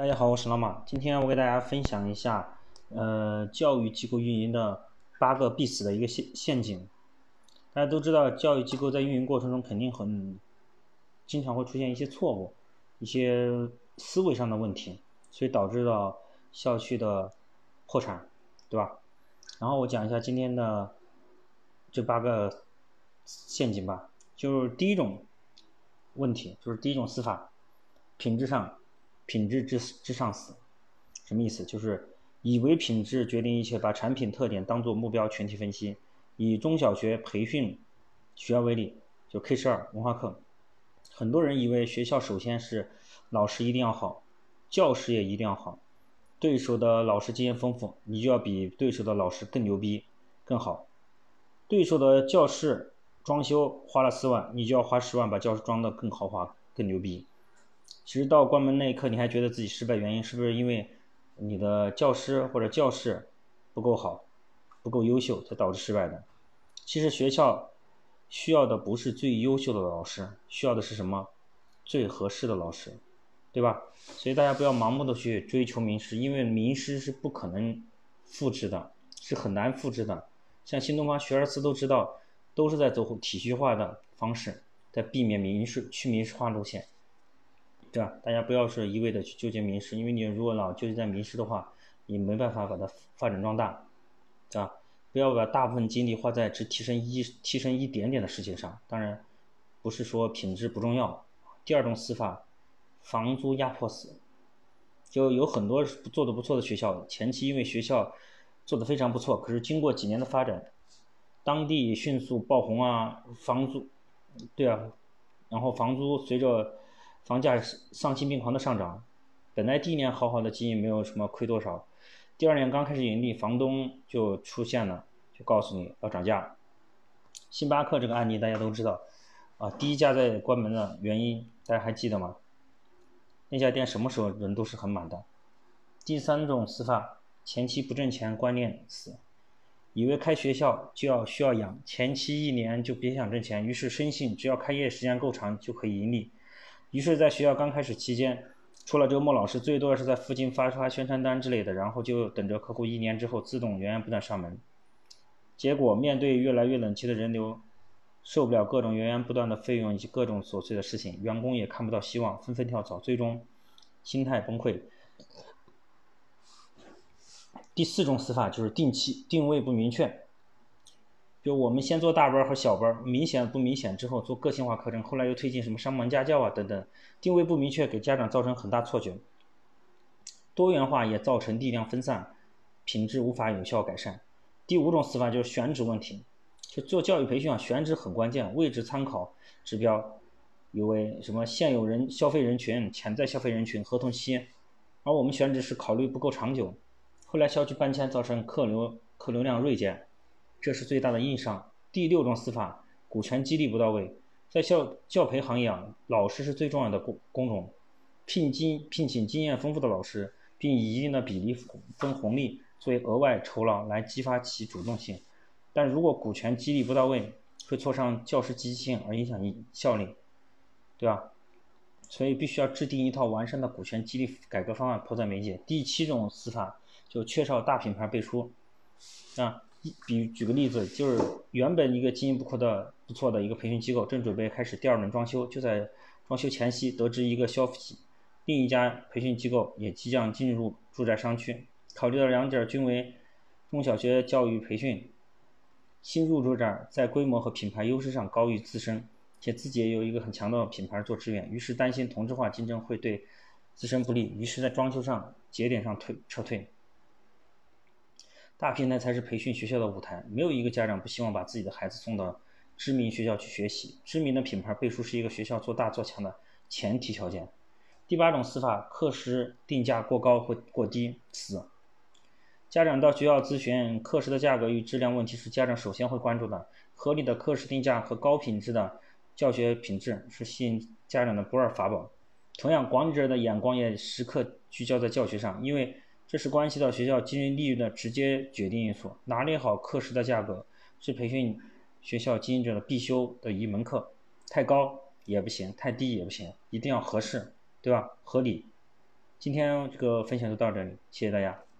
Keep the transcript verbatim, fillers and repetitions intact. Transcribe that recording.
大家好，我是老马。今天我给大家分享一下，呃，教育机构运营的八个必死的一个陷陷阱。大家都知道，教育机构在运营过程中肯定很经常会出现一些错误，一些思维上的问题，所以导致了校区的破产，对吧？然后我讲一下今天的这八个陷阱吧。就是第一种问题，就是第一种死法，品质上。品质之之上死，什么意思？就是以为品质决定一切，把产品特点当作目标群体分析。以中小学培训学校为例，就 K 十二文化课，很多人以为学校首先是老师一定要好，教师也一定要好，对手的老师经验丰富，你就要比对手的老师更牛逼更好。对手的教室装修花了四万，你就要花十万把教室装得更豪华更牛逼。其实到关门那一刻，你还觉得自己失败原因是不是因为你的教师或者教室不够好，不够优秀才导致失败的？其实学校需要的不是最优秀的老师，需要的是什么？最合适的老师，对吧？所以大家不要盲目的去追求名师，因为名师是不可能复制的，是很难复制的。像新东方、学而思都知道，都是在走体系化的方式，在避免名师去名师化路线。对吧？大家不要是一味的去纠结名师，因为你如果老纠结在名师的话，你没办法把它发展壮大，对吧？不要把大部分精力花在只提升一提升一点点的事情上。当然，不是说品质不重要。第二种死法，房租压迫死，就有很多做的不错的学校，前期因为学校做的非常不错，可是经过几年的发展，当地迅速爆红啊，房租，对啊，然后房租随着房价丧心病狂的上涨，本来第一年好好的经营没有什么亏多少，第二年刚开始盈利，房东就出现了，就告诉你要涨价。星巴克这个案例大家都知道啊，第一家在关门的原因大家还记得吗？那家店什么时候人都是很满的。第三种死法，前期不挣钱观念死，以为开学校就要需要养，前期一年就别想挣钱，于是深信只要开业时间够长就可以盈利。于是在学校刚开始期间，除了周末老师，最多是在附近发发宣传单之类的，然后就等着客户一年之后自动源源不断上门。结果面对越来越冷清的人流，受不了各种源源不断的费用以及各种琐碎的事情，员工也看不到希望，纷纷跳槽，最终心态崩溃。第四种死法就是定期定位不明确，就我们先做大班和小班，明显不明显之后做个性化课程，后来又推进什么上门家教啊等等，定位不明确给家长造成很大错觉。多元化也造成力量分散，品质无法有效改善。第五种死法就是选址问题，就做教育培训啊，选址很关键，位置参考指标有为什么现有人消费人群、潜在消费人群、合同期，而我们选址是考虑不够长久，后来校区搬迁造成客流客流量锐减，这是最大的硬伤。第六种死法，股权激励不到位，在校教培行业啊，老师是最重要的工工种，聘金聘请经验丰富的老师，并以一定的比例分红利作为额外酬劳来激发其主动性。但如果股权激励不到位，会挫伤教师积极性而影响效率，对吧？所以必须要制定一套完善的股权激励改革方案，迫在眉睫。第七种死法就缺少大品牌背书啊。比举个例子，就是原本一个经营不错的不错的一个培训机构，正准备开始第二轮装修，就在装修前夕得知一个消息，另一家培训机构也即将进入住宅商区。考虑到两者均为中小学教育培训，新入驻这儿在规模和品牌优势上高于自身，且自己也有一个很强的品牌做支援，于是担心同质化竞争会对自身不利，于是在装修上节点上退撤退。大平台才是培训学校的舞台，没有一个家长不希望把自己的孩子送到知名学校去学习，知名的品牌背书是一个学校做大做强的前提条件。第八种死法，课时定价过高或过低死。家长到学校咨询课时的价格与质量问题是家长首先会关注的，合理的课时定价和高品质的教学品质是吸引家长的不二法宝。同样，管理者的眼光也时刻聚焦在教学上，因为这是关系到学校经营利润的直接决定因素。拿捏好课时的价格是培训学校经营者的必修的一门课，太高也不行，太低也不行，一定要合适，对吧？合理。 今天这个分享就到这里，谢谢大家。